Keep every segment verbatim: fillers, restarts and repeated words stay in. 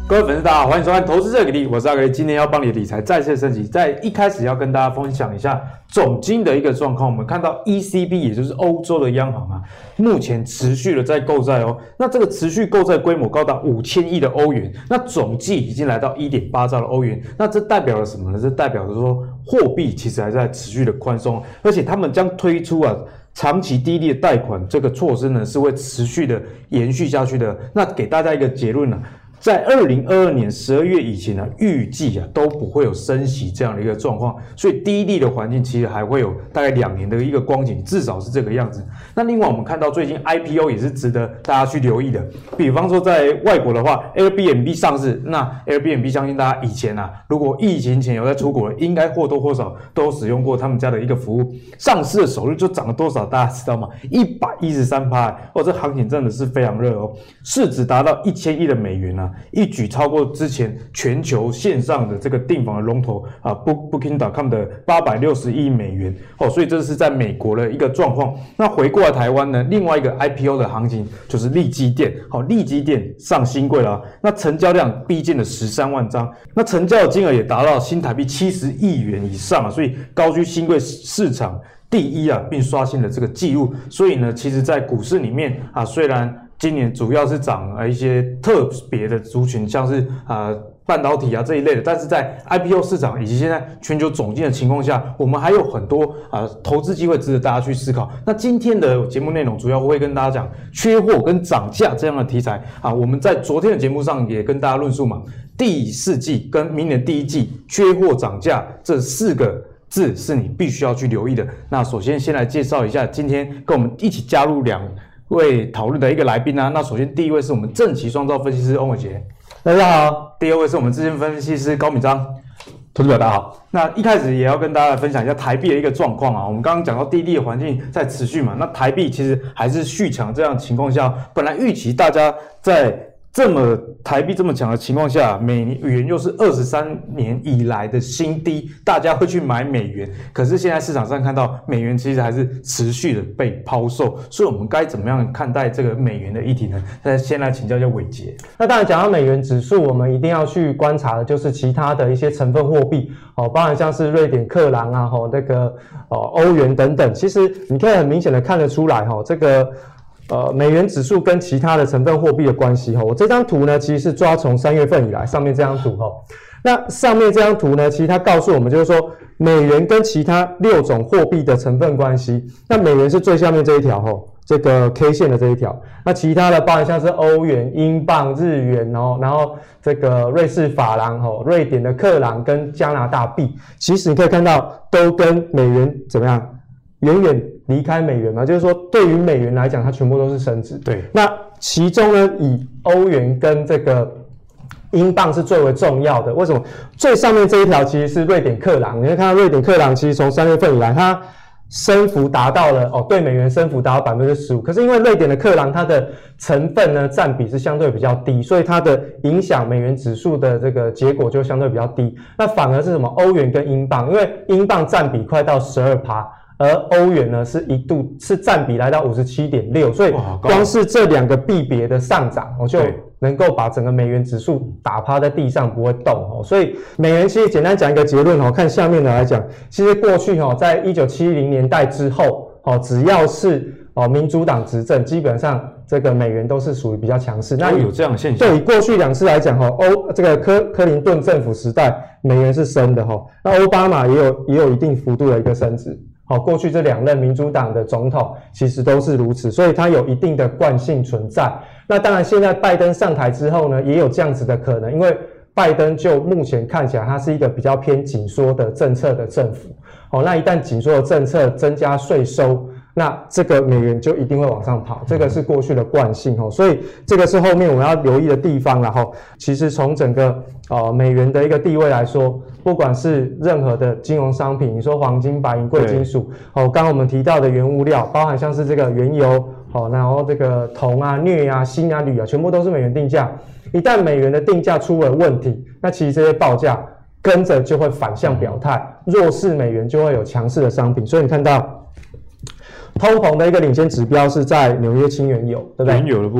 各位粉丝大家好，欢迎收看《投资这个力》，我是阿格力，今天要帮你的理财再次升级。在一开始要跟大家分享一下总经的一个状况，我们看到 E C B 也就是欧洲的央行啊，目前持续的在购债哦。那这个持续购债规模高达五千亿的欧元，那总计已经来到 一点八兆的欧元。那这代表了什么呢？这代表着说货币其实还在持续的宽松，而且他们将推出啊。长期低利的贷款这个措施呢，是会持续的延续下去的。那给大家一个结论呢、啊，在二零二二年十二月以前呢、啊，预计啊都不会有升息这样的一个状况，所以低利的环境其实还会有大概两年的一个光景，至少是这个样子。那另外我们看到最近 I P O 也是值得大家去留意的，比方说在外国的话 ，Airbnb 上市，那 Airbnb 相信大家以前啊，如果疫情前有在出国，应该或多或少都使用过他们家的一个服务。上市的首日就涨了多少，大家知道吗？ 一百一十三%， 哦，这行情真的是非常热哦，市值达到一千亿的美元啊，一举超过之前全球线上的这个订房的龙头啊 Booking 点 com 的八百六十亿美元哦，所以这是在美国的一个状况。那回过来台湾呢，另外一个 I P O 的行情就是利基店，好、哦，利基店上新柜了、啊，那成交量逼近了十三万张，那成交的金额也达到新台币七十亿元以上啊，所以高居新柜市场第一啊，并刷新了这个记录。所以呢，其实在股市里面啊，虽然今年主要是涨呃一些特别的族群，像是啊半导体啊这一类的，但是在 I P O 市场以及现在全球总经的情况下，我们还有很多啊投资机会值得大家去思考。那今天的节目内容主要会跟大家讲缺货跟涨价这样的题材啊，我们在昨天的节目上也跟大家论述嘛，第四季跟明年第一季缺货涨价这四个字是你必须要去留意的。那首先先来介绍一下今天跟我们一起加入两位讨论的一个来宾啊。那首先第一位是我们正奇双兆分析师欧伟杰， 大家好。 第二位是我们资深分析师高敏章， 投资者大家好。 那一开始也要跟大家分享一下台币的一个状况啊。我们刚刚讲到低利的环境在持续嘛，那台币其实还是续强这样的情况下，本来预期大家在这么台币这么强的情况下，美元又是二十三年以来的新低，大家会去买美元。可是现在市场上看到美元其实还是持续的被抛售，所以我们该怎么样看待这个美元的议题呢？那先来请教一下伟杰。 那当然讲到美元指数，我们一定要去观察的就是其他的一些成分货币哦，包含像是瑞典克朗啊、哦那个哦欧元等等。其实你可以很明显的看得出来哈、哦，这个。呃，美元指数跟其他的成分货币的关系哈，我这张图呢其实是抓从三月份以来，上面这张图哈，那上面这张图呢，其实它告诉我们就是说，美元跟其他六种货币的成分关系，那美元是最下面这一条哈，这个 K 线的这一条，那其他的包含像是欧元、英镑、日元哦，然后这个瑞士法郎哈、瑞典的克朗跟加拿大币，其实你可以看到都跟美元怎么样，远远离开美元嘛，就是说对于美元来讲，它全部都是升值。 对， 那其中呢，以欧元跟这个英镑是最为重要的。为什么？最上面这一条其实是瑞典克朗，你会看到瑞典克朗其实从三月份以来，它升幅达到了哦，对美元升幅达到 百分之十五。可是因为瑞典的克朗它的成分呢占比是相对比较低，所以它的影响美元指数的这个结果就相对比较低。那反而是什么？欧元跟英镑，因为英镑占比快到 百分之十二。而欧元呢是一度是占比来到 百分之五十七点六， 所以光是这两个币别的上涨，我就能够把整个美元指数打趴在地上不会动哦。所以美元其实简单讲一个结论哦，看下面的来讲，其实过去哦，在一九七零年代之后哦，只要是哦民主党执政，基本上这个美元都是属于比较强势。 那有这样的现象？ 对，以过去两次来讲哈，欧这个科克林顿政府时代美元是升的哈，那奥巴马也有也有一定幅度的一个升值。好，过去这两任民主党的总统其实都是如此，所以它有一定的惯性存在。那当然，现在拜登上台之后呢，也有这样子的可能，因为拜登就目前看起来，它是一个比较偏紧缩的政策的政府。好，那一旦紧缩的政策增加税收，那这个美元就一定会往上跑，这个是过去的惯性哦，所以这个是后面我们要留意的地方啦齁。其实从整个呃美元的一个地位来说，不管是任何的金融商品，你说黄金、白银、贵金属，哦，刚刚我们提到的原物料，包含像是这个原油，哦，然后这个铜啊、镍啊、锌啊、铝啊，全部都是美元定价。一旦美元的定价出了问题，那其实这些报价跟着就会反向表态，弱势美元就会有强势的商品，所以你看到通膨的一个领先指标是在纽约轻原油，对不对？ 原油的部分，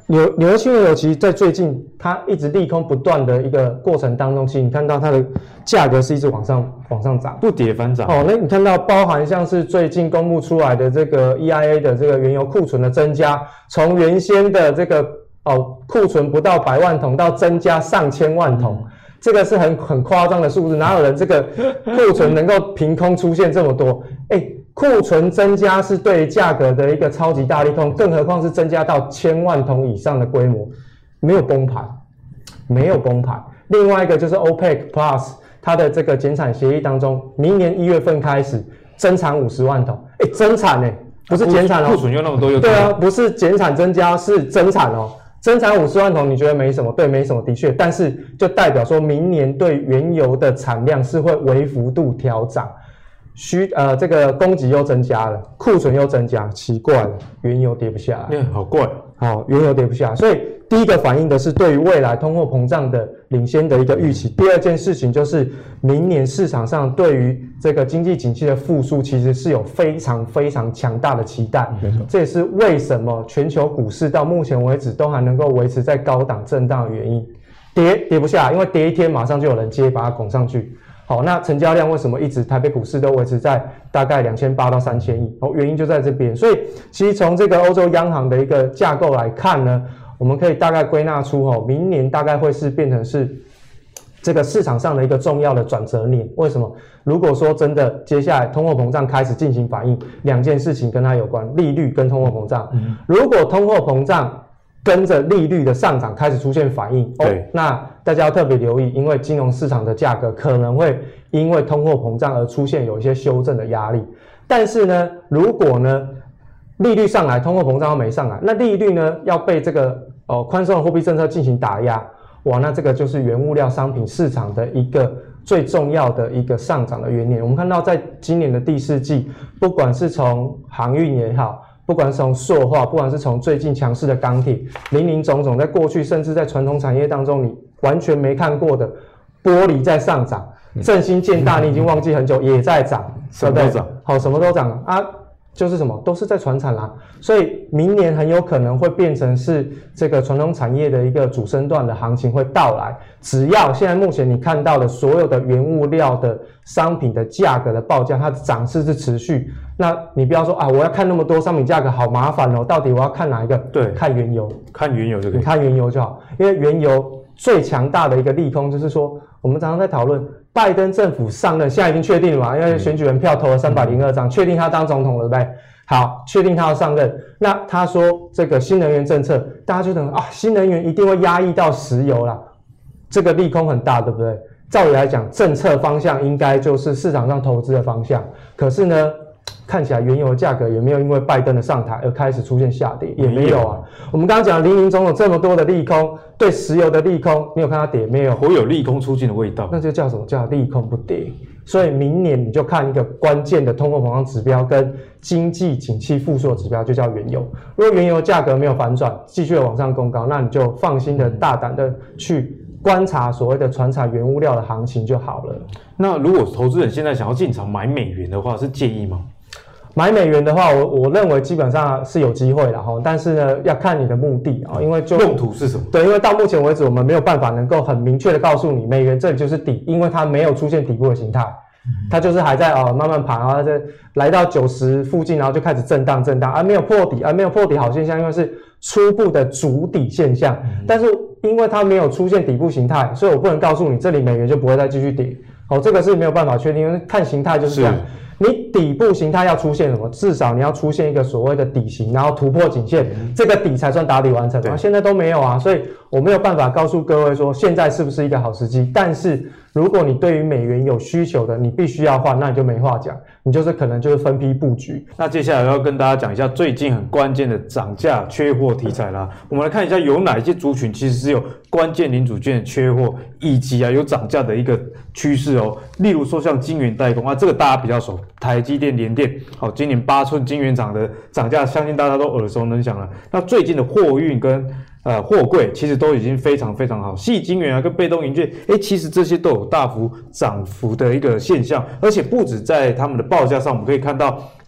纽纽约轻原油其实在最近它一直利空不断的一个过程当中，其实你看到它的价格是一直往上往上涨， 不跌反涨。 哦，那你看到包含像是最近公布出来的这个 E I A 的这个原油库存的增加，从原先的这个哦库存不到百万桶到增加上千万桶。嗯，这个是很很夸张的数字，哪有人这个库存能够凭空出现这么多？哎，库存增加是对于价格的一个超级大利空，更何况是增加到千万桶以上的规模，没有崩盘，没有崩盘。另外一个就是 OPEC Plus 它的这个减产协议当中，明年一月份开始增产五十万桶，哎，增产哎，不是减产哦， 库存又那么多又对啊，不是减产增加，是增产哦。增产五十万桶，你觉得没什么？对，没什么，的确，但是就代表说明年对原油的产量是会微幅度调涨，需呃这个供给又增加了，库存又增加，奇怪了，原油跌不下来， 嗯，好怪， 好，原油跌不下来，所以第一个反映的是对于未来通货膨胀的领先的一个预期。第二件事情就是明年市场上对于这个经济景气的复苏其实是有非常非常强大的期待， 没错， 这也是为什么全球股市到目前为止都还能够维持在高档震荡的原因。跌跌不下来，因为跌一天马上就有人接把它拱上去。好，那成交量为什么一直台北股市都维持在大概两千八到三千亿？哦，原因就在这边。所以其实从这个欧洲央行的一个架构来看呢，我们可以大概归纳出哦，明年大概会是变成是这个市场上的一个重要的转折年。为什么？如果说真的接下来通货膨胀开始进行反应，两件事情跟它有关，利率跟通货膨胀。嗯，如果通货膨胀跟着利率的上涨开始出现反应， 对， 哦，那大家要特别留意，因为金融市场的价格可能会因为通货膨胀而出现有一些修正的压力。但是呢，如果呢利率上来，通货膨胀又没上来，那利率呢要被这个哦宽松的货币政策进行打压，哇，那这个就是原物料商品市场的一个最重要的一个上涨的元年。我们看到在今年的第四季，不管是从航运也好，不管是从塑化，不管是从最近强势的钢铁，林林总总，在过去甚至在传统产业当中，你完全没看过的玻璃在上涨，振兴建大你已经忘记很久，也在涨， 什么都涨， 好，什么都涨啊，就是什么都是在传产啦，所以明年很有可能会变成是这个传统产业的一个主升段的行情会到来。只要现在目前你看到的所有的原物料的商品的价格的报价，它的涨势是持续。那你不要说啊，我要看那么多商品价格好麻烦哦，到底我要看哪一个？ 对， 看原油， 看原油就可以， 你看原油就好，因为原油最强大的一个利空就是说，我们常常在讨论拜登政府上任，现在已经确定了嘛，因为选举人票投了三百零二张，确定他当总统了，对不对？好，确定他要上任。那他说这个新能源政策，大家就等啊，新能源一定会压抑到石油啦，这个利空很大，对不对？照理来讲，政策方向应该就是市场上投资的方向，可是呢，看起来原油的价格也没有因为拜登的上台而开始出现下跌，也没有啊。我们刚刚讲林林总总这么多的利空，对石油的利空，你有看它跌没有？ 会有利空出尽的味道， 那就叫什么？叫利空不跌。所以明年你就看一个关键的通货膨胀指标跟经济景气复苏的指标，就叫原油。如果原油价格没有反转，继续往上攻高，那你就放心的大胆的去观察所谓的传产原物料的行情就好了。 那如果投资人现在想要进场买美元的话，是建议吗？ 买美元的话，我我认为基本上是有机会啦齁，但是呢，要看你的目的啊，因为就用途是什么？ 对，因为到目前为止，我们没有办法能够很明确的告诉你，美元这里就是底，因为它没有出现底部的形态，它就是还在哦慢慢爬，然后在来到九十附近，然后就开始震荡震荡，而、啊、没有破底，而、啊、没有破底好现象，因为是初步的筑底现象，嗯、但是因为它没有出现底部形态，所以我不能告诉你这里美元就不会再继续跌，哦，这个是没有办法确定，因为看形态就是这样。你底部形态要出现什么？至少你要出现一个所谓的底型，然后突破颈线，嗯、这个底才算打底完成。啊，现在都没有啊，所以我没有办法告诉各位说现在是不是一个好时机。但是如果你对于美元有需求的，你必须要换，那你就没话讲，你就是可能就是分批布局。 那接下来要跟大家讲一下最近很关键的涨价缺货题材啦。我们来看一下有哪一些族群其实是有关键零组件的缺货，以及啊有涨价的一个趋势哦。例如说像晶圆代工啊，这个大家比较熟。台积电、联电，好，今年八寸晶圆厂的涨价，相信大家都耳熟能详了。那最近的货运跟呃货柜其实都已经非常非常好，矽晶圆啊跟被动元件，哎，其实这些都有大幅涨幅的一个现象，而且不止在他们的报价上，我们可以看到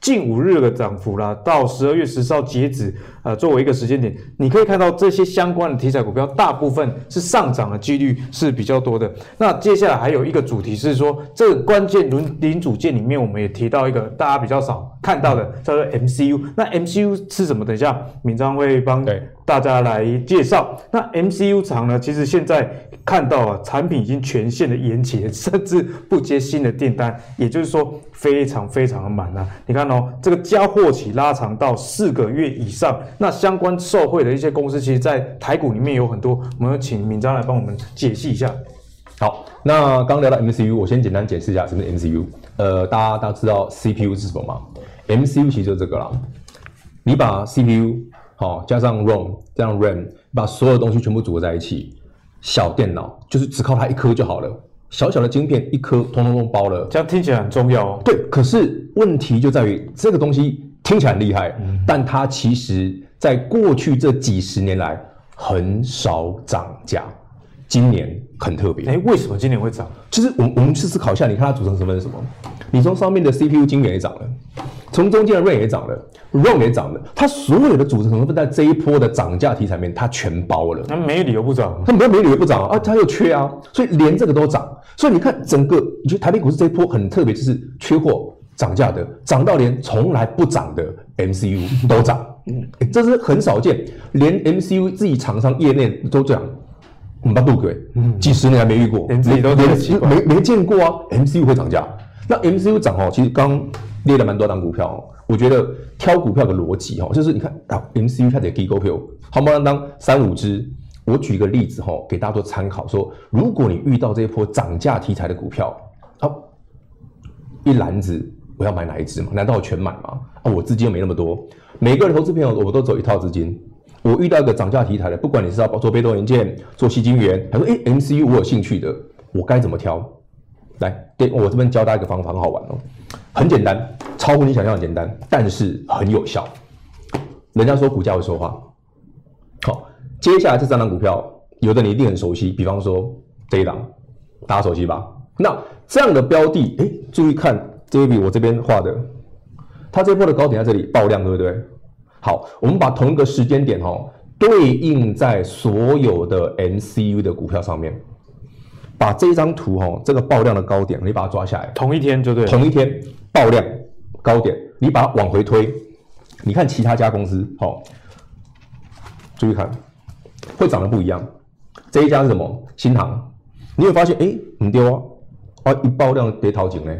近五日的涨幅啦，到十二月十四号截止，呃，作为一个时间点，你可以看到这些相关的题材股票，大部分是上涨的几率是比较多的。那接下来还有一个主题是说，这个关键零零组件里面，我们也提到一个大家比较少看到的，叫做 M C U。那 M C U 是什么？等一下闵章会帮大家来介绍。那 M C U 厂呢，其实现在看到啊，产品已经全线的延期，甚至不接新的订单，也就是说非常非常的满啊。你看哦，这个交货期拉长到四个月以上，那相关受惠的一些公司，其实在台股里面有很多，我们要请闵章来帮我们解析一下。 好，那刚聊到 M C U， 我先简单解释一下什么是 M C U。呃，大家大家知道 C P U 是什么吗 ？M C U 其实就是这个啦。你把 C P U 好、哦、加上 ROM 加上 RAM， 把所有东西全部组合在一起，小电脑就是只靠它一颗就好了。小小的晶片一颗，通通都包了。 这样听起来很重要哦。 对，可是问题就在于这个东西听起来很厉害，嗯、但它其实在过去这几十年来很少涨价。今年很特别， 哎，为什么今年会涨？ 就是我们我们去思考一下，你看它组成成分是什么？你从上面的 C P U 晶圆也涨了，从中间的 RAM 也涨了 ，ROM 也涨了，它所有的组成成分在这一波的涨价题材面，它全包了。 那没理由不涨， 它没有没理由不涨啊，它又缺啊，所以连这个都涨。所以你看整个，你觉得台北股市这一波很特别，就是缺货涨价的，涨到连从来不涨的 M C U 都涨，嗯，这是很少见，连 M C U 自己厂商业内都这样。我们把杜鬼，嗯，几十年来没遇过， 连自己都觉得奇怪， 没没见过啊。M C U 会涨价，那 M C U 涨哦，其实刚列了蛮多档股票哦。我觉得挑股票的逻辑哦，就是你看啊 ，M C U 它得低股票，好不好？当三五只。我举一个例子哈、哦，给大家做参考，说如果你遇到这一波涨价题材的股票，啊，一篮子我要买哪一只嘛？难道我全买吗？啊，我资金又没那么多，每个人投资朋友我都走一套资金。我遇到一个涨价题材的，不管你是要做被动元件、做矽晶圆，还说哎 M C U 我有兴趣的，我该怎么挑？来，对我这边教大家一个方法，很好玩哦，很简单，超乎你想象的简单，但是很有效。人家说股价会说话，好，接下来这三档股票，有的你一定很熟悉，比方说这一档，大家熟悉吧？那这样的标的，哎，注意看这一笔我这边画的，它这波的高点在这里爆量，对不对？好，我们把同一个时间点哦，对应在所有的 M C U 的股票上面，把这张图哦，这个爆量的高点，你把它抓下来， 同一天就对了， 同一天爆量高点，你把它往回推，你看其他家公司，好、哦，注意看，会长得不一样。这一家是什么？新唐，你会发现，哎，很丢啊，啊，一爆量跌逃井呢，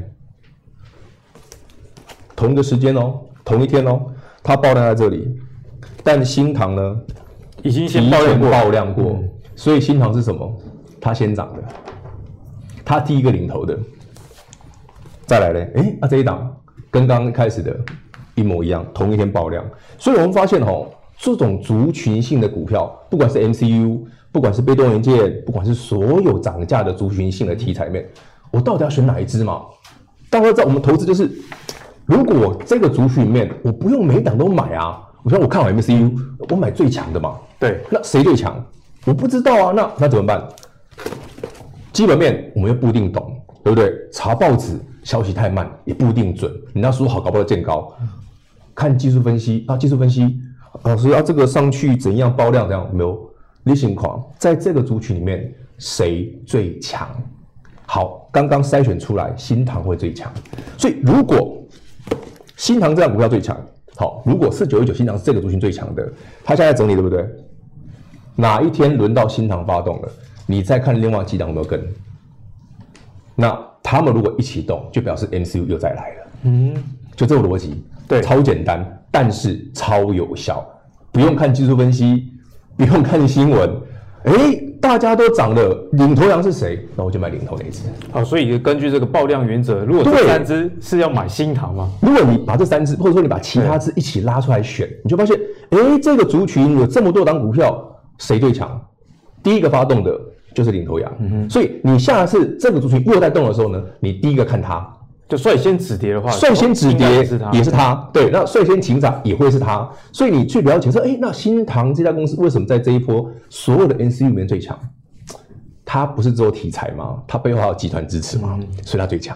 同一个时间哦，同一天哦。它爆量在这里，但新唐呢， 已经先爆量过， 爆量过、嗯，所以新唐是什么？它先涨的，它第一个领头的。再来嘞，哎，啊这一档跟刚刚开始的一模一样，同一天爆量。所以我们发现哦，这种族群性的股票，不管是 M C U， 不管是被动元件，不管是所有涨价的族群性的题材面，我到底要选哪一支嘛？大家知道我们投资就是。如果我这个族群里面，我不用每档都买啊，我说我看好 M C U， 我买最强的嘛。 对， 那谁最强？我不知道啊，那那怎么办？基本面我们又不一定懂，对不对？查报纸消息太慢，也不一定准。人家说好，搞不好见高。看技术分析啊，技术分析，老师啊，这个上去怎样爆量怎样？没有，你情况在这个族群里面谁最强？好，刚刚筛选出来，新唐会最强。所以如果新唐这档股票最强，好，如果四九一九新唐是这个族群最强的，它现在整理对不对？哪一天轮到新唐发动了，你再看另外几档有没有跟？那他们如果一起动，就表示 M C U 又再来了。嗯，就这个逻辑， 对， 超简单，但是超有效，不用看技术分析，不用看新闻，哎。大家都涨了，领头羊是谁？那我就买领头那一只。 好，所以根据这个爆量原则，如果这三只是要买新唐吗？ 如果你把这三只，或者说你把其他只一起拉出来选，你就发现，哎，这个族群有这么多档股票，谁最强？第一个发动的就是领头羊。嗯、所以你下次这个族群又在动的时候呢，你第一个看它。 就率先止跌的话， 率先止跌也是它，对，那率先起涨也会是它，所以你去了解说，哎，那新唐这家公司为什么在这一波所有的 M C U 里面最强？它不是只有题材吗？它背后还有集团支持吗？嗯、所以它最强。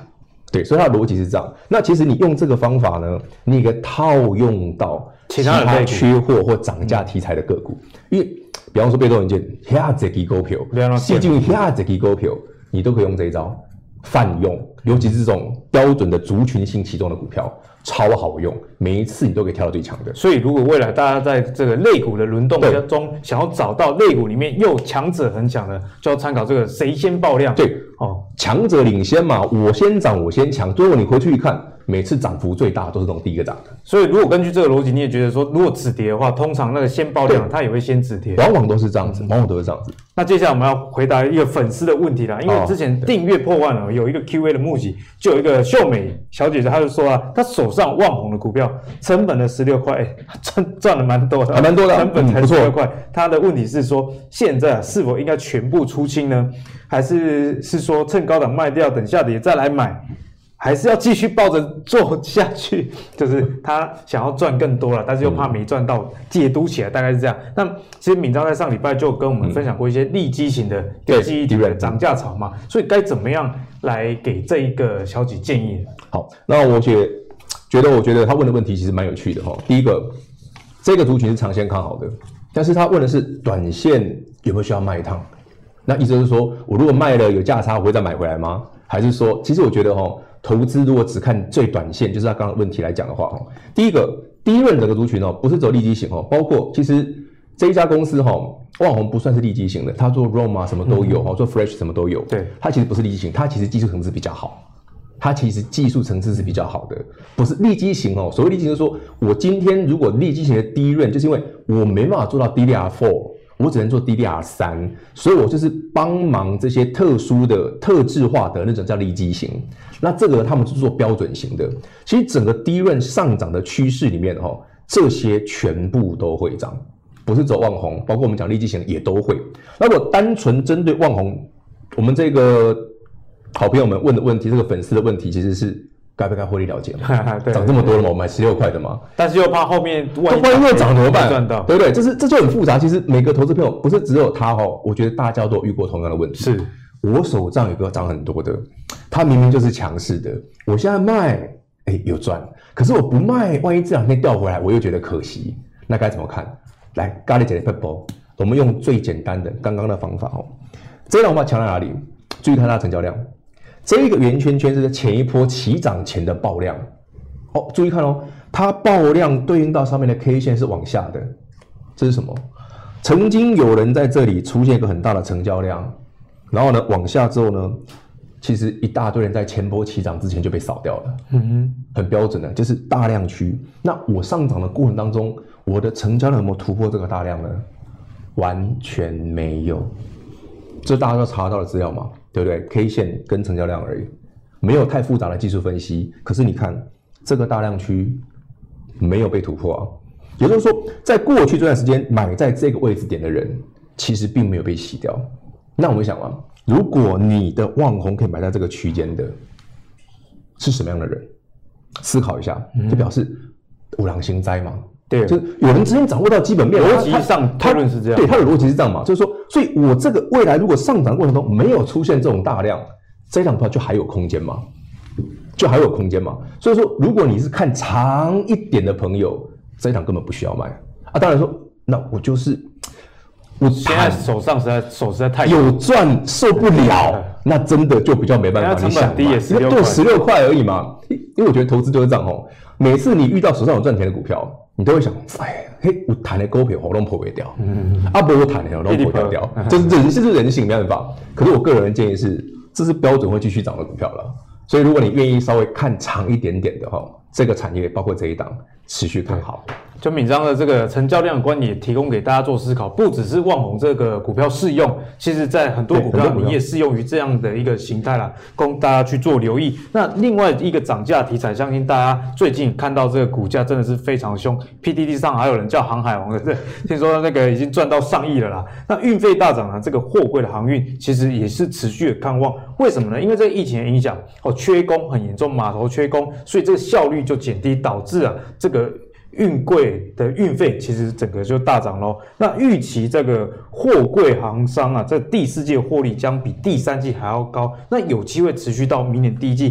对，所以它的逻辑是这样。那其实你用这个方法呢，你也可以套用到其他缺货或涨价题材的个股，因为比方说被动元件，遐这支股票，细菌遐这支股票，你都可以用这一招泛用，尤其是这种标准的族群性启动的股票。超好用，每一次你都可以挑到最强的。 所以，如果未来大家在这个类股的轮动中，想要找到类股里面又强者很强的，就要参考这个谁先爆量。 对，哦，强者领先嘛，我先涨，我先强。最后你回去一看，每次涨幅最大的都是这种第一个涨的。 所以，如果根据这个逻辑，你也觉得说，如果止跌的话，通常那个先爆量，它也会先止跌， 往往都是这样子，往往都是这样子。 那接下来我们要回答一个粉丝的问题啦，因为之前订阅破万了，有一个 Q A 的募集，就有一个秀美小姐姐，她就说啊，她手上旺宏的股票成本的十六块，哎，赚赚了蛮多的， 还蛮多的， 成本才十六块。她的问题是说，现在、啊、是否应该全部出清呢？还是是说趁高档卖掉，等下跌再来买？还是要继续抱着做下去，就是他想要赚更多了，但是又怕没赚到，解读起来大概是这样。那其实闵章在上礼拜就跟我们分享过一些利基型的跟记忆体的涨价潮嘛，所以该怎么样来给这一个小姐建议？ 好，那我觉觉得，我觉得他问的问题其实蛮有趣的哈。第一个，这个族群是长线看好的，但是他问的是短线有没有需要卖一趟？那意思就是说我如果卖了有价差，我会再买回来吗？还是说，其实我觉得哈。投资如果只看最短线，就是他刚刚的问题来讲的话，第一个第一轮整个族群不是只有利基型，包括其实这一家公司旺宏不算是利基型的，它做 R O M 啊什么都有，嗯、做 Fresh 什么都有， 对， 它其实不是利基型，它其实技术层次比较好，它其实技术层次是比较好的，不是利基型哦。所谓利基型就是说我今天如果利基型的第一轮，就是因为我没办法做到 D D R 四。我只能做 D D R 三，所以我就是帮忙这些特殊的、特制化的那种叫利基型。那这个他们是做标准型的。其实整个低润上涨的趋势里面，哈，这些全部都会涨，不是走旺宏，包括我们讲利基型也都会。那如果单纯针对旺宏，我们这个好朋友们问的问题，这个粉丝的问题，其实是。该不该获利了结嘛？涨这么多了嘛，我买十六块的嘛， 但是又怕后面万一又涨怎么办？ 赚到， 对不对？这是这就很复杂。其实每个投资朋友不是只有他哦，我觉得大家都有遇过同样的问题。 是我手上有个涨很多的，他明明就是强势的，我现在卖，哎有赚，可是我不卖，万一这两天掉回来，我又觉得可惜，那该怎么看？来，咖喱姐的 pebble， 我们用最简单的刚刚的方法哦。这一档我们强在哪里？注意看它的成交量。这个圆圈圈是在前一波起涨前的爆量，哦，注意看哦，它爆量对应到上面的 K 线是往下的，这是什么？曾经有人在这里出现一个很大的成交量，然后呢往下之后呢，其实一大堆人在前波起涨之前就被扫掉了，嗯哼，很标准的，就是大量区。那我上涨的过程当中，我的成交量有没有突破这个大量呢？完全没有，这大家都查到的资料嘛。对不对 ？K 线跟成交量而已，没有太复杂的技术分析。可是你看这个大量区没有被突破啊，也就是说，在过去这段时间买在这个位置点的人，其实并没有被洗掉。那我们想啊，如果你的旺宏可以买在这个区间的，是什么样的人？思考一下，就表示五郎星灾嘛。 对， 就是有人之前掌握到基本面， 逻辑上推论是这样。 对，他的逻辑是这样嘛，就是说，所以我这个未来如果上涨过程中没有出现这种大量，这档票就还有空间嘛，就还有空间嘛。所以说，如果你是看长一点的朋友，这一档根本不需要买啊。当然说，那我就是我现在手上实在手实在太有赚受不了，那真的就比较没办法。 成本低也十六块， 对，十六块而已嘛。因为我觉得投资就是这样哦，每次你遇到手上有赚钱的股票。你都会想，哎，嘿，我谈的股票我都破不掉，嗯，啊，不我谈的我都破掉掉，就是人，这是人性，没办法。可是我个人的建议是，这是标准会继续涨的股票了。所以如果你愿意稍微看长一点点的哈，这个产业包括这一档持续看好。 就闵章的这个成交量的观点提供给大家做思考，不只是旺宏这个股票适用，其实在很多股票你也适用于这样的一个形态啦，供大家去做留意。那另外一个涨价题材，相信大家最近看到这个股价真的是非常凶 ，P T T 上还有人叫航海王的，听说那个已经赚到上亿了啦。那运费大涨啊，这个货柜的航运其实也是持续的看望，为什么呢？因为这个疫情的影响，哦，缺工很严重，码头缺工，所以这个效率就减低，导致啊这个。运柜的运费其实整个就大涨咯。那预期这个货柜行商啊，这第四季的获利将比第三季还要高，那有机会持续到明年第一季。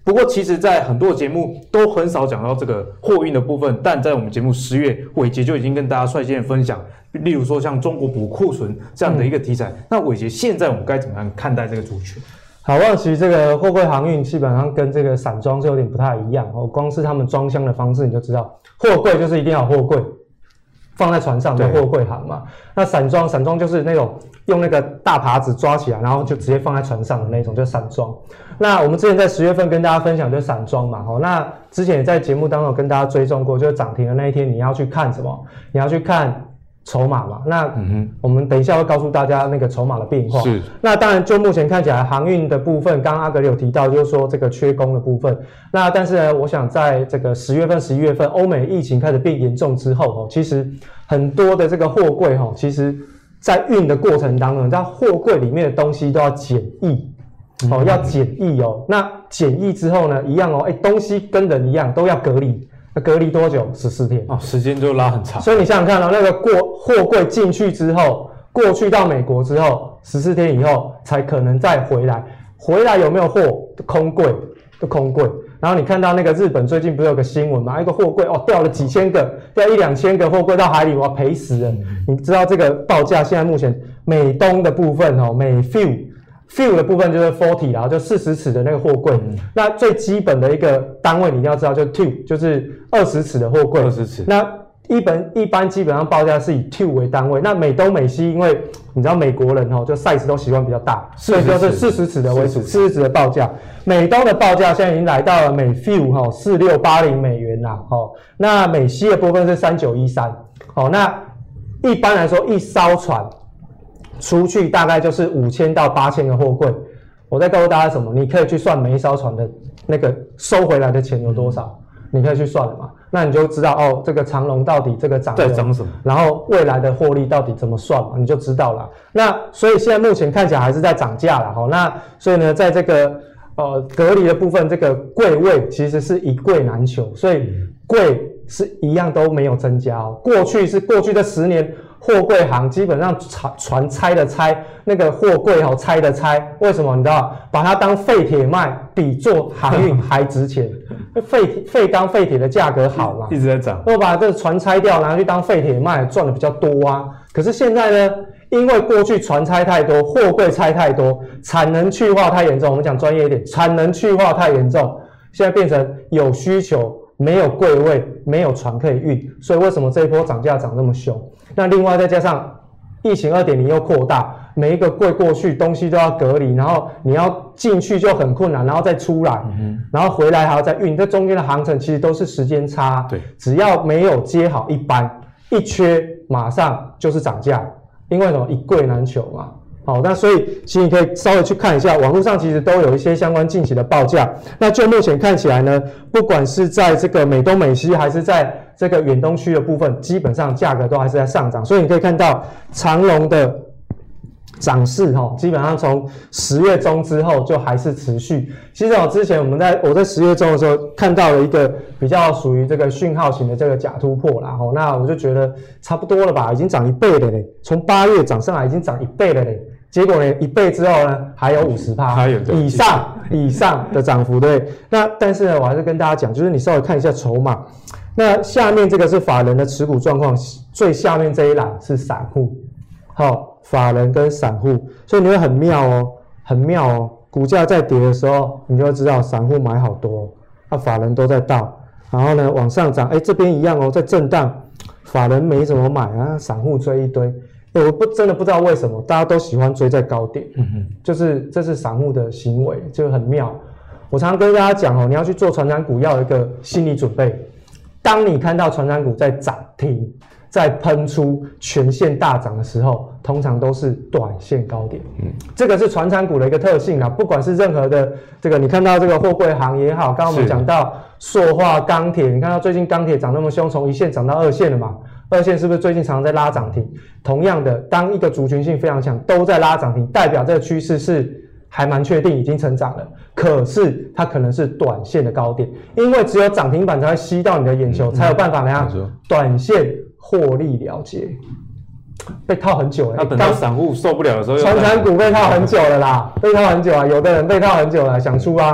不过，其实，在很多节目都很少讲到这个货运的部分，但在我们节目十月伟杰就已经跟大家率先分享，例如说像中国补库存这样的一个题材。嗯、那伟杰，现在我们该怎么样看待这个族群？ 好，望其实这个货柜航运基本上跟这个散装是有点不太一样哦，光是他们装箱的方式你就知道，货柜就是一定要有货柜放在船上的货柜行嘛。那散装，散装就是那种用那个大耙子抓起来，然后就直接放在船上的那种，就是散装。那我们之前在十月份跟大家分享就是散装嘛，哦，那之前也在节目当中跟大家追踪过，就是涨停的那一天你要去看什么？你要去看筹码嘛。那我们等一下会告诉大家那个筹码的变化。是。那当然就目前看起来航运的部分，刚刚阿格里有提到就是说这个缺工的部分。那但是呢，我想在这个十月份、十一月份欧美疫情开始变严重之后，哦，其实很多的这个货柜哈，其实在运的过程当中，在货柜里面的东西都要检疫。哦，要检疫哦。那检疫之后呢，一样哦，哎，东西跟人一样都要隔离。那隔离多久？十四天哦，时间就拉很长。 所以你想想看哦，那个过货柜进去之后，过去到美国之后，十四天以后才可能再回来。回来有没有货？空柜，都空柜。然后你看到那个日本最近不是有个新闻吗？一个货柜哦，掉了几千个，掉一两千个货柜到海里，哇，赔死了。嗯、你知道这个报价现在目前美东的部分哦，美 few。Few 的部分就是 四十 啦，就四十尺的那个货柜。嗯、那最基本的一个单位你一定要知道，就是 two， 就是二十尺的货柜。 二十尺。 那一般一般基本上报价是以 two 为单位。那美东美西，因为你知道美国人哦，就 size 都习惯比较大，所以就是四十尺的为主，四十尺的报价。美东的报价现在已经来到了美 few 哈四六八零美元啦，哦，那美西的部分是三九一三，哦，那一般来说一艘船出去大概就是五千到八千个货柜。我再告诉大家什么？你可以去算每一艘船的那个收回来的钱有多少，你可以去算了嘛。那你就知道哦，这个长荣到底这个涨在涨什么， 然后未来的获利到底怎么算嘛，你就知道了。那所以现在目前看起来还是在涨价啦。齁，那所以呢，在这个呃隔离的部分，这个柜位其实是一柜难求，所以柜是一样都没有增加哦。过去是过去这十年。货柜行基本上船船拆的拆，那个货柜哦拆的拆，为什么你知道？把它当废铁卖，比做航运还值钱。废废钢废铁的价格好嘛， 一直在涨。 我把这个船拆掉，拿去当废铁卖，赚的比较多啊。可是现在呢，因为过去船拆太多，货柜拆太多，产能去化太严重。我们讲专业一点，产能去化太严重，现在变成有需求。没有柜位，没有船可以运，所以为什么这一波涨价涨那么凶？那另外再加上疫情 二点零 又扩大，每一个柜过去东西都要隔离，然后你要进去就很困难，然后再出来，嗯、然后回来还要再运，这中间的航程其实都是时间差。对，只要没有接好一班，一缺马上就是涨价，因为什么？一柜难求嘛。好，那所以其实你可以稍微去看一下，网络上其实都有一些相关近期的报价。那就目前看起来呢，不管是在这个美东美西，还是在这个远东区的部分，基本上价格都还是在上涨。所以你可以看到长荣的涨势哈，基本上从十月中之后就还是持续。其实哦，之前我们在我在十月中的时候看到了一个比较属于这个讯号型的这个假突破啦，吼，那我就觉得差不多了吧，已经涨一倍了嘞，从八月涨上来已经涨一倍了嘞。结果呢，一倍之后呢，还有 百分之五十 以上以上的涨幅，对。那但是呢，我还是跟大家讲，就是你稍微看一下筹码。那下面这个是法人的持股状况，最下面这一栏是散户，好，法人跟散户，所以你会很妙哦，很妙哦。股价在跌的时候，你就会知道散户买好多，啊，法人都在倒，然后呢往上涨，哎，这边一样哦，在震荡，法人没怎么买啊，散户追一堆。我不真的不知道为什么大家都喜欢追在高点，嗯哼，就是这是散户的行为，就很妙。我常常跟大家讲哦，你要去做传产股要有一个心理准备，当你看到传产股在涨停、在喷出全线大涨的时候，通常都是短线高点。嗯，这个是传产股的一个特性啊，不管是任何的这个，你看到这个货柜行也好，刚刚我们讲到塑化、钢铁，你看到最近钢铁涨那么凶，从一线涨到二线了嘛？二线是不是最近常常在拉涨停？同样的，当一个族群性非常强，都在拉涨停，代表这个趋势是还蛮确定已经成长了。可是它可能是短线的高点，因为只有涨停板才会吸到你的眼球，嗯、才有办法怎样？短线获利了结。被套很久了， 那等到散户受不了的时候， 传产股被套很久了啦，被套很久啊，有的人被套很久了，想出啊。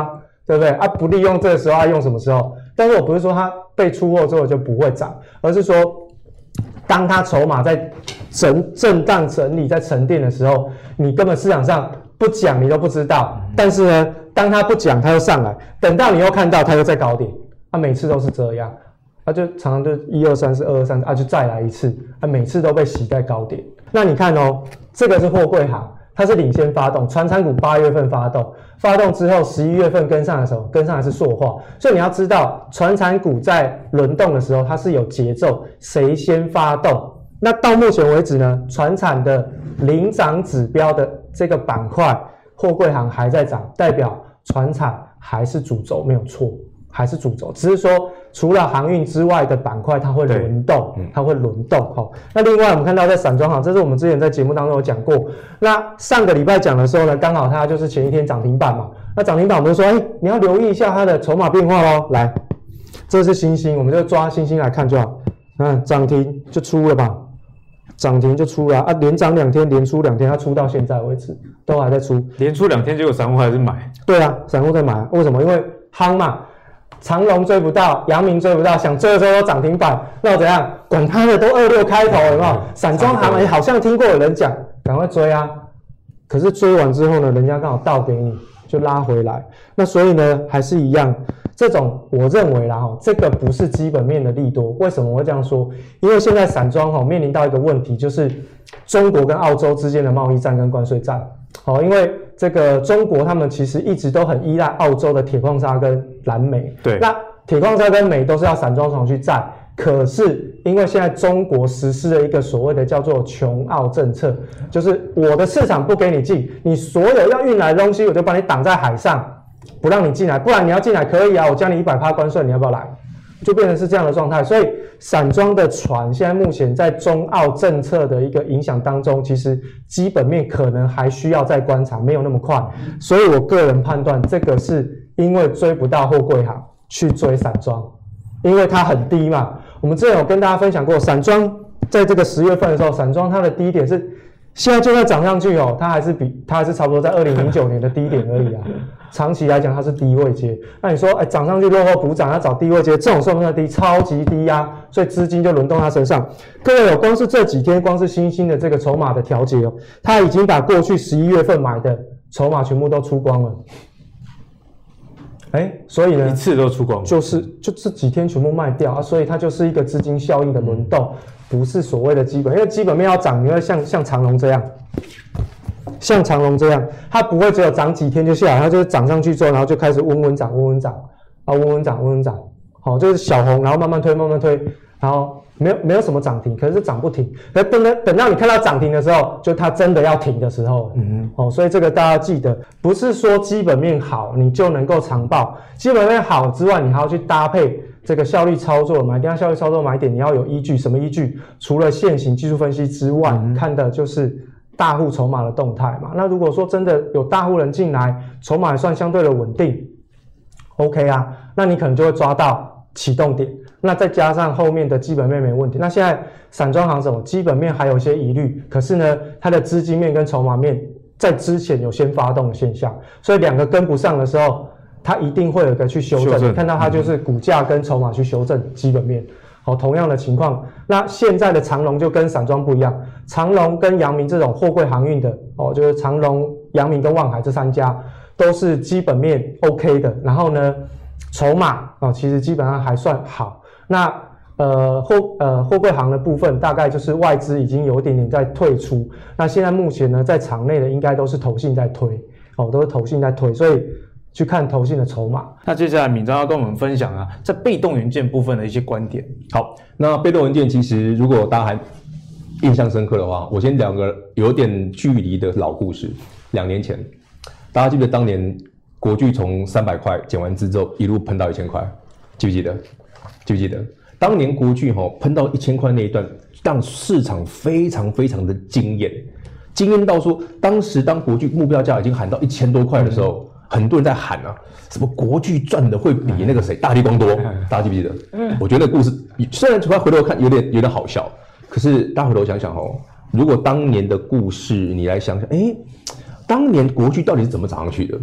对不对？啊，不利用这个时候，啊，用什么时候？但是我不是说它被出货之后就不会涨，而是说，当它筹码在震震荡整理、在沉淀的时候，你根本市场上不讲你都不知道。但是呢，当它不讲，它又上来，等到你又看到它又在高点，啊，每次都是这样，啊，就常常就一二三四二二三四，啊，就再来一次，啊，每次都被洗在高点。那你看哦，这个是货柜行。它是领先发动，传产股八月份发动，发动之后十一月份跟上的时候，跟上的是塑化，所以你要知道，传产股在轮动的时候，它是有节奏，谁先发动。那到目前为止呢，传产的领涨指标的这个板块，货柜行还在涨，代表传产还是主轴，没有错，还是主轴，只是说除了航运之外的板块，它会轮动，它会轮动。好、哦，那另外我们看到在散装行，这是我们之前在节目当中有讲过。那上个礼拜讲的时候呢，刚好它就是前一天涨停板嘛。那涨停板我们就说，哎，你要留意一下它的筹码变化咯。来，这是星星，我们就抓星星来看就好。嗯，涨停就出了吧，涨停就出了啊，连涨两天，连出两天，它出到现在为止都还在出， 连出两天，结果散户还是买。 对啊，散户在买，为什么？因为夯嘛。长荣追不到，阳明追不到，想追的时候都涨停板，那我怎样？管他的，都二六开头，有没有？散装行业好像听过有人讲，赶快追啊！可是追完之后呢，人家刚好倒给你，就拉回来。那所以呢，还是一样，这种我认为啦，哈，这个不是基本面的利多。为什么我会这样说？因为现在散装哈面临到一个问题，就是中国跟澳洲之间的贸易战跟关税战。好，因为这个中国他们其实一直都很依赖澳洲的铁矿砂跟蓝煤。 对， 那铁矿砂跟煤都是要散装厂去载，可是因为现在中国实施了一个所谓的叫做穷澳政策，就是我的市场不给你进，你所有要运来的东西我就把你挡在海上，不让你进来，不然你要进来可以啊，我加你 百分之百 关税，你要不要来？就变成是这样的状态，所以散装的船现在目前在中澳政策的一个影响当中，其实基本面可能还需要再观察，没有那么快。所以我个人判断，这个是因为追不到货柜行去追散装，因为它很低嘛。我们之前有跟大家分享过，散装在这个十月份的时候，散装它的低点是现在就在涨上去哦，它还是比它还是差不多在二零零九年的低点而已啊。长期来讲，它是低位阶。那你说，哎，涨上去落后补涨，要找低位阶，这种算不算低？超级低啊！所以资金就轮动它身上。各位有，光是这几天，光是新兴的这个筹码的调节哦，它已经把过去十一月份买的筹码全部都出光了。哎，所以呢， 一次都出光， 就是就这几天全部卖掉啊，所以它就是一个资金效应的轮动，不是所谓的基本，因为基本面要涨，你会像像长荣这样。像长荣这样，它不会只有涨几天就下来，它就是涨上去之后，然后就开始温温涨、温温涨，啊，温温涨、温温涨，好，就是小红，然后慢慢推、慢慢推，然后没有没有什么涨停，可是涨不停，可等等等到你看到涨停的时候，就它真的要停的时候，嗯哦，所以这个大家记得，不是说基本面好你就能够长抱，基本面好之外，你还要去搭配这个效率操作买点，效率操作买点，你要有依据，什么依据？除了现行技术分析之外，嗯、看的就是大户筹码的动态嘛。那如果说真的有大户人进来，筹码也算相对的稳定 ，OK 啊，那你可能就会抓到启动点。那再加上后面的基本面没问题。那现在散装行什么基本面还有一些疑虑，可是呢，它的资金面跟筹码面在之前有先发动的现象，所以两个跟不上的时候，它一定会有一个去修正。修正看到它就是股价跟筹码去修正基本面。好，同样的情况，那现在的长荣就跟散装不一样，长荣跟阳明这种货柜航运的哦，就是长荣、阳明跟万海这三家都是基本面 OK 的，然后呢，筹码啊、哦、其实基本上还算好。那呃货呃货柜行的部分，大概就是外资已经有一点点在退出，那现在目前呢，在场内的应该都是投信在推，哦，都是投信在推，所以去看投信的筹码。 那接下来闵章要跟我们分享啊，在被动元件部分的一些观点。 好，那被动元件其实如果大家还印象深刻的话，我先讲个有点距离的老故事。两年前，大家记不记得当年国巨从三百块减完资之后一路喷到一千块，记不记得？记不记得？当年国巨齁喷到一千块那一段，让市场非常非常的惊艳，惊艳到说，当时当国巨目标价已经喊到一千多块的时候。嗯，很多人在喊啊，什么国巨赚的会比那个谁大立光多，大家记不记得？我觉得那个故事虽然回头看有点有点好笑，可是大家回头想想哦，如果当年的故事你来想想，哎，当年国巨到底是怎么涨上去的？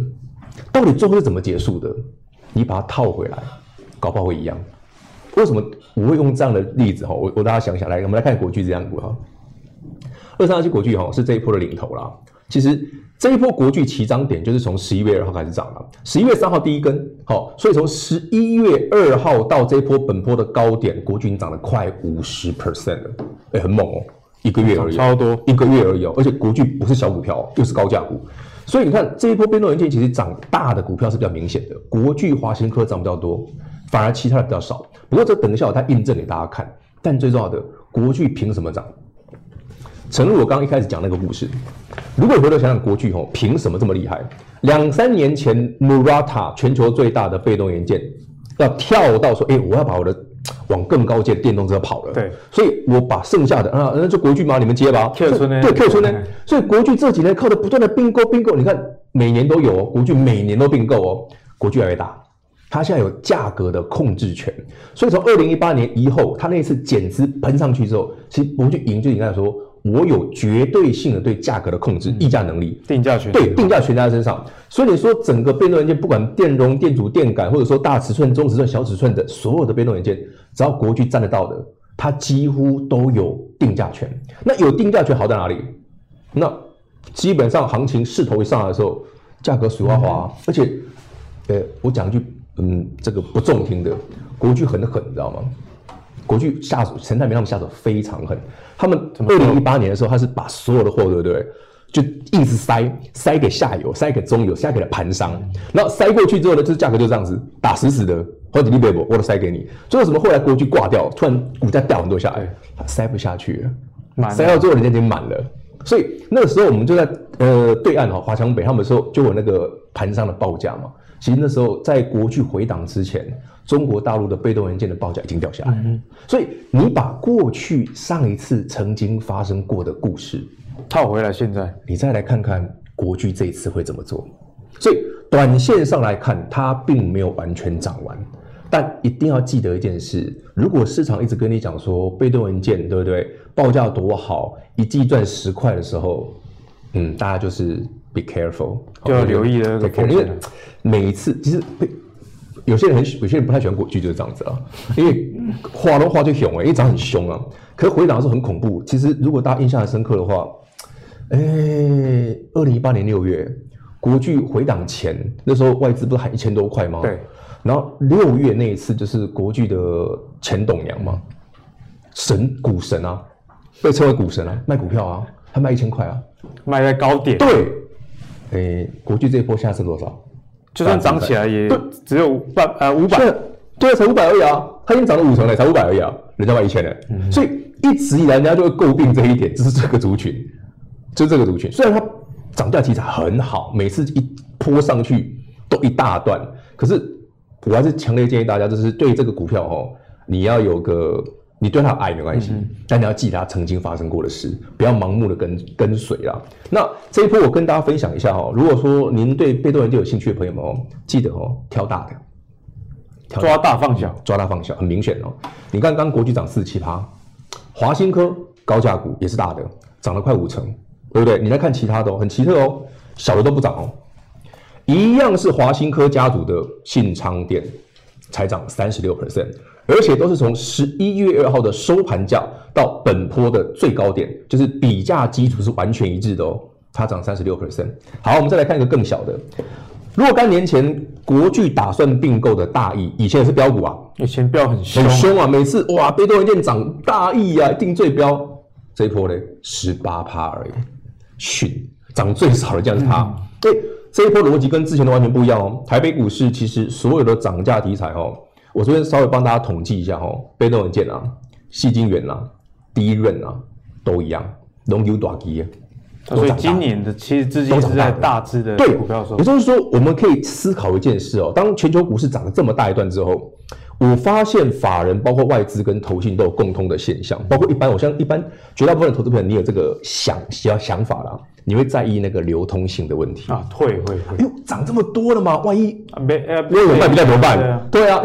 到底最后是怎么结束的？你把它套回来，搞不好会一样。为什么我会用这样的例子哈？我我大家想想来，我们来看国巨这样股哈。二三二七国巨哈是这一波的领头啦。其实这一波国巨起涨点就是从十一月二号开始涨了，十一月三号第一根，好，所以从十一月二号到这一波本波的高点，国巨已经涨了快五十 percent 了，哎，很猛哦，一个月而已， 超多， 一个月而已哦，而且国巨不是小股票，又是高价股。所以你看这一波被动元件其实涨大的股票是比较明显的，国巨、华新科涨比较多，反而其他的比较少。不过这等一下它印证给大家看。但最重要的，国巨凭什么涨？诚如我刚刚一开始讲那个故事，如果你回头想想国巨吼，凭什么这么厉害？两三年前 Murata 全球最大的被动元件要跳到说，哎、欸，我要把我的往更高阶的电动车跑了， 对， 所以我把剩下的啊，那就国巨嘛，你们接吧。 Q 村呢？ 对 ，Q 村呢？所以国巨这几年靠的不断的并购并购，你看每年都有哦，国巨每年都并购哦，国巨越来越大，它现在有价格的控制权，所以从二零一八年以后，它那一次减资喷上去之后，其实国巨赢就你刚才说。我有绝对性的对价格的控制、议价能力、 定价权， 对定价权在他身上。所以你说整个被动元件，不管电容、电阻、电感，或者说大尺寸、中尺寸、小尺寸的所有的被动元件，只要国巨占得到的，它几乎都有定价权。那有定价权好在哪里？那基本上行情势头一上来的时候，价格水花滑、嗯，而且，呃，我讲一句，嗯，这个不中听的，国巨很狠，你知道吗？国巨下手，陈泰明他们下手非常狠。他们二零一八年的时候，他是把所有的货，对不对？就硬是塞，塞给下游，塞给中游，塞给了盘商。然后塞过去之后呢，就是价格就这样子打死死的，或者你别我我都塞给你。所以为什么后来国巨挂掉，突然股价掉很多下来，它塞不下去了，塞到最后人家已经满了。所以那个时候我们就在呃对岸哈华强北，他们的时候就有那个盘商的报价嘛。其实那时候在国巨回档之前，中国大陆的被动元件的报价已经掉下来了、嗯、所以你把过去上一次曾经发生过的故事套回来，现在你再来看看国巨这一次会怎么做。所以短线上来看，它并没有完全涨完，但一定要记得一件事：如果市场一直跟你讲说被动元件，对不对？报价多好，一季赚十块的时候，嗯，大家就是 be careful， 就要留意了这个风险。 每一次其实有些人很有些人不太喜欢国巨，就是这样子啊，因为花都花就凶哎，因为涨很凶啊，可是回档的时候很恐怖。其实如果大家印象很深刻的话，哎，二零一八年六月国巨回档前，那时候外资不是喊一千多块吗？ 对。 然后六月那一次就是国巨的前董娘嘛，神股神啊，被称为股神啊，卖股票啊，他卖一千块啊， 卖在高点。 对。哎，国巨这一波现在是多少？ 就算涨起来也只有五百呃五百， 对啊，才五百而已啊，它已经涨了五成了，才五百而已啊，人家卖一千了、嗯，所以一直以来人家就会诟病这一点，就是这个族群，就是这个族群。虽然它涨价题材很好，每次一波上去都一大段，可是我还是强烈建议大家，就是对这个股票哦，你要有个。你对它有爱没关系、嗯，但你要记得它曾经发生过的事，不要盲目的跟跟随啦。那这一波我跟大家分享一下哦，如果说您对被动元件有兴趣的朋友们哦，记得哦，挑大的， 挑抓大放小， 抓大放小，很明显哦。你看刚国巨涨四七趴，华新科高价股也是大的，涨了快五成，对不对？你再看其他的哦，很奇特哦，小的都不涨哦，一样是华新科家族的信昌电才涨三十六 percent。而且都是从十一月二号的收盘价到本波的最高点，就是比价基础是完全一致的哦，它涨 百分之三十六。好，我们再来看一个更小的，若干年前国巨打算并购的大益，以前也是标股啊， 以前标很凶， 很凶啊，每次哇被动元件涨大益啊，定最标，这一波呢 百分之十八 而已，逊，涨最少的就是它。嗯、这一波逻辑跟之前的完全不一样哦。台北股市其实所有的涨价题材哦。我这边稍微帮大家统计一下哦，被动元件啊、矽晶圆啊、低润啊，都一样，龙油大基啊。 所以今年的其实资金是在大支的股票上。 也就是说，我们可以思考一件事哦，当全球股市涨了这么大一段之后，我发现法人包括外资跟投信都有共通的现象，包括一般，我相信一般绝大部分的投资朋友，你有这个想想想法啦，你会在意那个流通性的问题啊，会会会。 哎呦，涨这么多了嘛，万一没呃没有人卖不掉怎么办？对啊，对啊，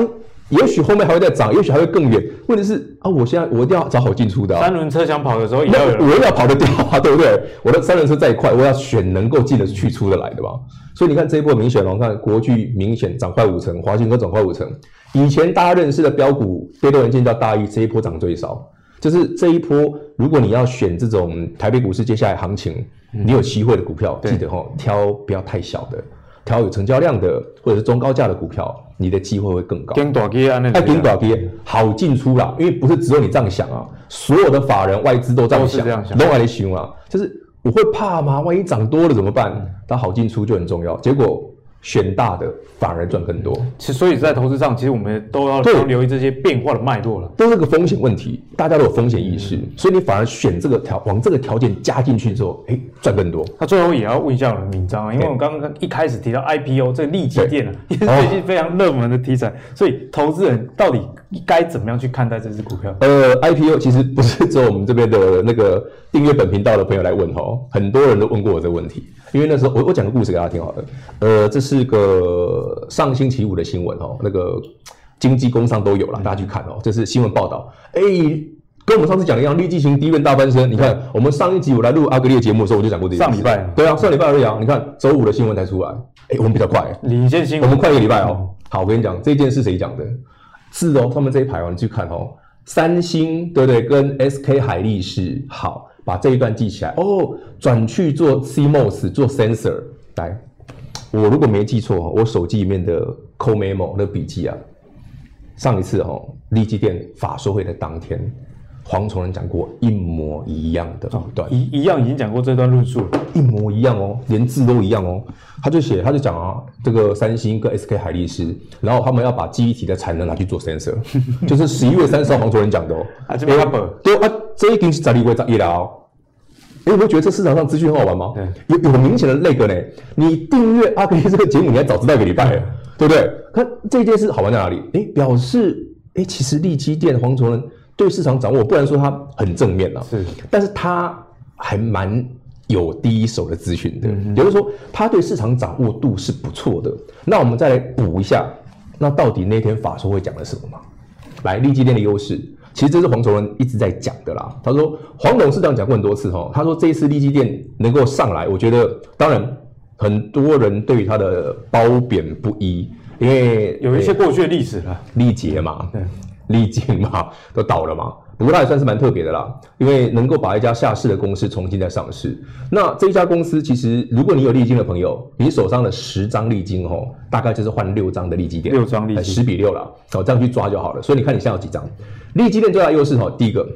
也许后面还会再涨，也许还会更远。问题是啊，我现在我一定要找好进出的、啊。 三轮车想跑的时候也要有， 我也要跑得掉啊，对不对？我的三轮车再快，我要选能够进得去出得来的吧。所以你看这一波明显哦，看国巨明显涨快五成，华新科涨快五成。以前大家认识的标股被动元件叫大一，这一波涨最少。就是这一波，如果你要选这种台北股市接下来行情，嗯、你有机会的股票，记得哦，挑不要太小的。挑有成交量的或者是中高价的股票，你的机会会更高。 跟大基啊，那哎，跟大基好进出啦，因为不是只有你这样想啊，所有的法人外资都这样想，都来想啊，就是我会怕吗？万一涨多了怎么办？但好进出就很重要。结果选大的反而赚更多。 其实，所以在投资上，其实我们都要多留意这些变化的脉络了。 都是个风险问题，大家都有风险意识，嗯、所以你反而选这个条，往这个条件加进去之后，哎，赚更多。 那最后也要问一下我的明章啊，因为我刚刚一开始提到 I P O 这个利基电啊，也是最近非常热门的题材，所以投资人到底该怎么样去看待这支股票？ 呃 ，I P O 其实不是只有我们这边的那个订阅本频道的朋友来问哦，很多人都问过我这个问题。因为那时候我我讲个故事给大家听好了，呃，这是个上星期五的新闻哦，那个经济工商都有啦，大家去看哦，这是新闻报道。哎，跟我们上次讲的一样，立即型低润大翻身。你看，我们上一集我来录阿格力的节目的时候，我就讲过这件事。 上礼拜对啊，上礼拜而已啊。你看周五的新闻才出来，哎，我们比较快， 领先新闻， 我们快一个礼拜哦。好，我跟你讲，这件事谁讲的？是哦，他们这一排哦，你去看哦，三星对不对？跟 S K 海力士好。把这一段记起来哦，转去做 C M O S 做 sensor 来。我如果没记错，我手机里面的 Co Memo 那笔记啊，上一次哦，立基电法说会的当天，黄崇仁讲过一模一样的一段， 哦、一一样已经讲过这段论述了， 一模一样哦，连字都一样哦。他就写，他就讲啊，这个三星跟 S K 海力士，然后他们要把记忆体的产能拿去做 sensor， 就是十一月三十号黄崇仁讲的哦。 啊，这边他本对啊，这一定是十二月十一啦哦。哎，有没有觉得这市场上资讯很好玩吗？有有明显的那个呢，你订阅阿格力这个节目，你还早知道一个礼拜了，对不对？看这件事好玩在哪里？哎，表示哎，其实立基电黄崇仁对市场掌握，不然说他很正面啊， 是， 但是他还蛮有第一手的资讯的，嗯、也就是说他对市场掌握度是不错的。那我们再来补一下，那到底那天法说会讲了什么嘛？来，立基电的优势。其实这是黄崇仁一直在讲的啦。他说，黄董事长讲过很多次哈，他说这一次立基电能够上来，我觉得当然很多人对于他的褒贬不一，因为有一些过去的历史了， 力捷嘛，力晶嘛，都倒了嘛。不过它也算是蛮特别的啦，因为能够把一家下市的公司重新再上市。那这一家公司其实，如果你有力晶的朋友，你手上的十张力晶哦，大概就是换六张的力基电， 六张力晶， 十比六啦，哦，这样去抓就好了。所以你看你现在有几张？力基电最大的优势哈，第一个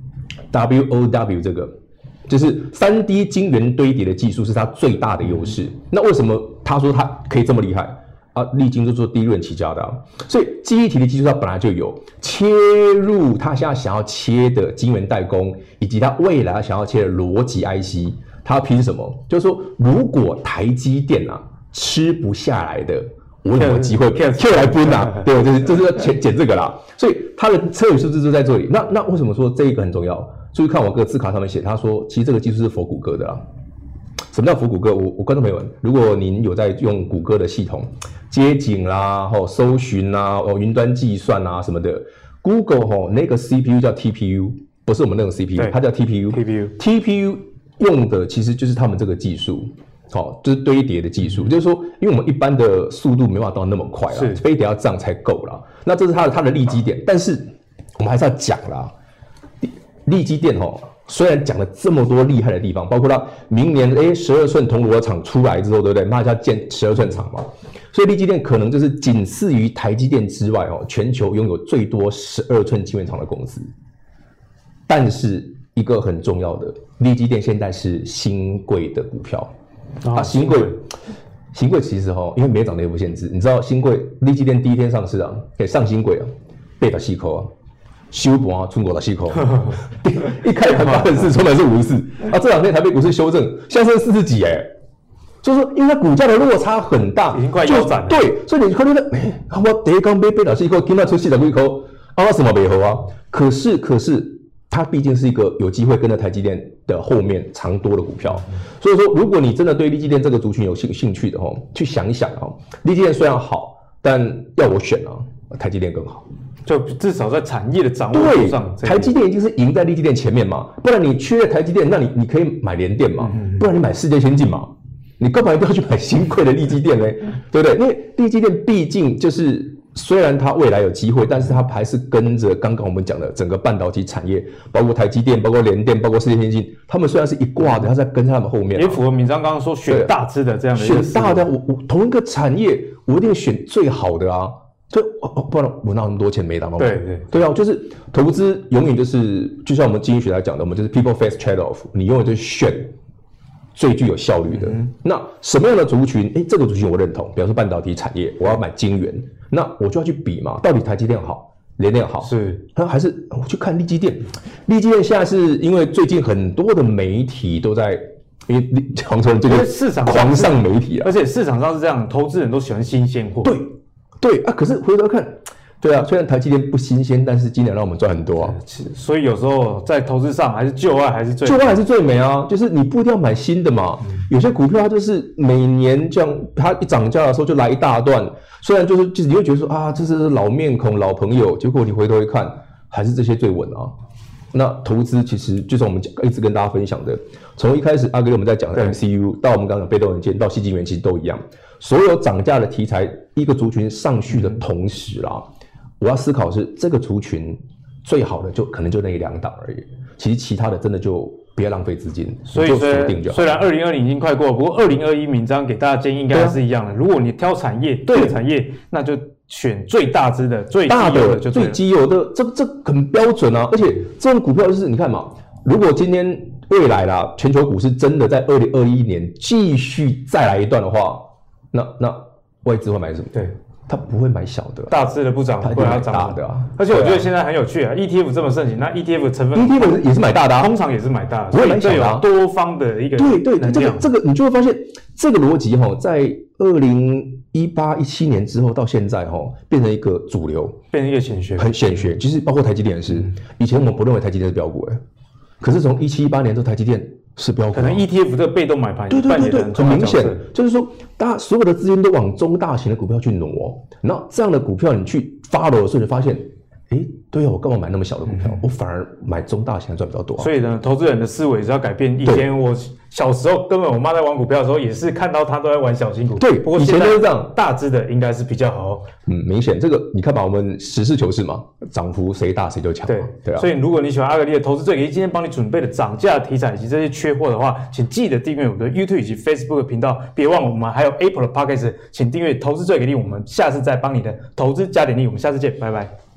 W O W 这个就是三 D 晶圆堆叠的技术是它最大的优势。那为什么他说它可以这么厉害？啊，力晶就做低润起家的、啊，所以记忆体的技术它本来就有，切入它现在想要切的晶圆代工，以及它未来想要切的逻辑 I C， 它要拼什么？就是说，如果台积电啊吃不下来的，我有没有机会 Q 来分啊？对，就是就是要捡捡这个啦。所以它的策略数字就在这里。那那为什么说这一个很重要？注意看我个字卡上面写，他说其实这个技术是佛谷歌的啦。什么叫佛谷歌？我我观众朋友们，如果您有在用谷歌的系统，街景啦、吼搜寻啦、哦云端计算啊什么的 ，Google 吼那个 C P U 叫 T P U， 不是我们那种 C P U， 它叫 T P U。T P U，T P U 用的其实就是他们这个技术，好，就是堆叠的技术。就是说，因为我们一般的速度没办法到那么快啊，非得要这样才够啦。那这是它的它的利基点，但是我们还是要讲啦，利基点吼。虽然讲了这么多厉害的地方，包括它明年哎十二寸铜锣厂出来之后，对不对？那就要建十二寸厂嘛，所以力积电可能就是仅次于台积电之外哦，全球拥有最多十二寸晶圆厂的公司。但是一个很重要的，力积电现在是新贵的股票、哦、啊，新贵，新贵其实哦，因为没涨跌幅限制，你知道新贵力积电第一天上市啊，可以上新贵啊，八十四块啊。收盘冲过了四块，一开盘八十四，冲的是五十四啊！这两天台北股市修正，现在是四十几哎，就是因为它股价的落差很大， 已经快腰斩了。 对，所以你看那个，哎，我第一刚买八十四块，今天出四十几块，啊，什么没好啊？可是可是它毕竟是一个有机会跟着台积电的后面长多的股票，所以说如果你真的对力积电这个族群有兴兴趣的哦，去想一想啊，力积电虽然好，但要我选啊。 台积电更好。 就至少在产业的掌握度上， 台积电一定是赢在力积电前面嘛，不然你缺台积电，那你你可以买联电嘛，嗯、不然你买世界先进嘛，你干嘛一定要去买新贵的力积电呢？对不对？因为力积电毕竟就是虽然它未来有机会，但是它还是跟着刚刚我们讲的整个半导体产业，包括台积电、包括联电、包括世界先进，他们虽然是一挂的，它在跟在他们后面、啊， 也符合闵章刚刚说选大支的这样的一个选大的，我我同一个产业，我一定选最好的啊。就不然我拿那么多钱没打到。 对对对啊，就是投资永远就是就像我们经济学来讲的，我们就是 people first trade off， 你永远就选最具有效率的。嗯、那什么样的族群？哎，这个族群我认同，比方说半导体产业，我要买晶圆，那我就要去比嘛，到底台积电好，联电好， 是， 那还是我去看力积电。力积电现在是因为最近很多的媒体都在。因为黄崇仁最近市场狂上媒体啊， 而且市场上是这样，投资人都喜欢新鲜货。 对。对啊，可是回头看，对啊，虽然台积电不新鲜，但是今年让我们赚很多啊。 所以有时候在投资上，还是旧爱还是最旧爱还是最美啊。就是你不一定要买新的嘛，嗯、有些股票它就是每年这样，它一涨价的时候就来一大段。虽然就是就是你会觉得说啊，这是老面孔、老朋友，结果你回头一看，还是这些最稳啊。那投资其实就是我们一直跟大家分享的，从一开始阿哥我们在讲的 M C U 到我们刚刚讲被动元件到矽晶圆，其实都一样。所有涨价的题材，一个族群上去的同时啦，我要思考是这个族群最好的就可能就那一两档而已。其实其他的真的就不要浪费资金， 所以就锁定就好。 虽然二零二零已经快过了，不过二零二一闵章给大家建议应该还是一样的。啊、如果你挑产业，对产业，那就选最大支的、最大的、 就最基有的，这这很标准啊。而且这种股票就是你看嘛，如果今天未来啦，全球股市真的在二零二一年继续再来一段的话。那那外资会买什么？ 对， 他不会买小的， 大支的不涨，不然要涨大的啊。 而且我觉得现在很有趣啊 ，E T F 这么盛行，那 E T F 成分 ，E T F 也是买大的啊， 通常也是买大的， 不会买小的啊。 多方的一个对对，这个这个你就会发现这个逻辑哈，在二零一八一七年之后到现在哈，变成一个主流， 变成一个显学， 很显学。其实包括台积电也是，以前我们不认为台积电是标股哎，可是从一七一八年之后，台积电。是标股、啊， 可能 E T F 这个被动买盘对对对对，很明显，就是说，大家所有的资金都往中大型的股票去挪，然后这样的股票你去 follow 的时候，就发现，哎，对啊，我干嘛买那么小的股票？嗯、我反而买中大型的赚比较多、啊。 所以呢，投资人的思维是要改变。以前我小时候，根本我妈在玩股票的时候，也是看到她都在玩小型股。 对， 不过以前都是这样， 大支的应该是比较好。 嗯，明显这个你看吧，我们实事求是嘛，涨幅谁大谁就强。 对对啊。所以如果你喜欢阿格力的投资最给力，今天帮你准备的涨价题材以及这些缺货的话，请记得订阅我的 YouTube 以及 Facebook 频道。别忘了我们还有 Apple 的 Podcast， 请订阅投资最给力。我们下次再帮你的投资加点力。我们下次见，拜拜。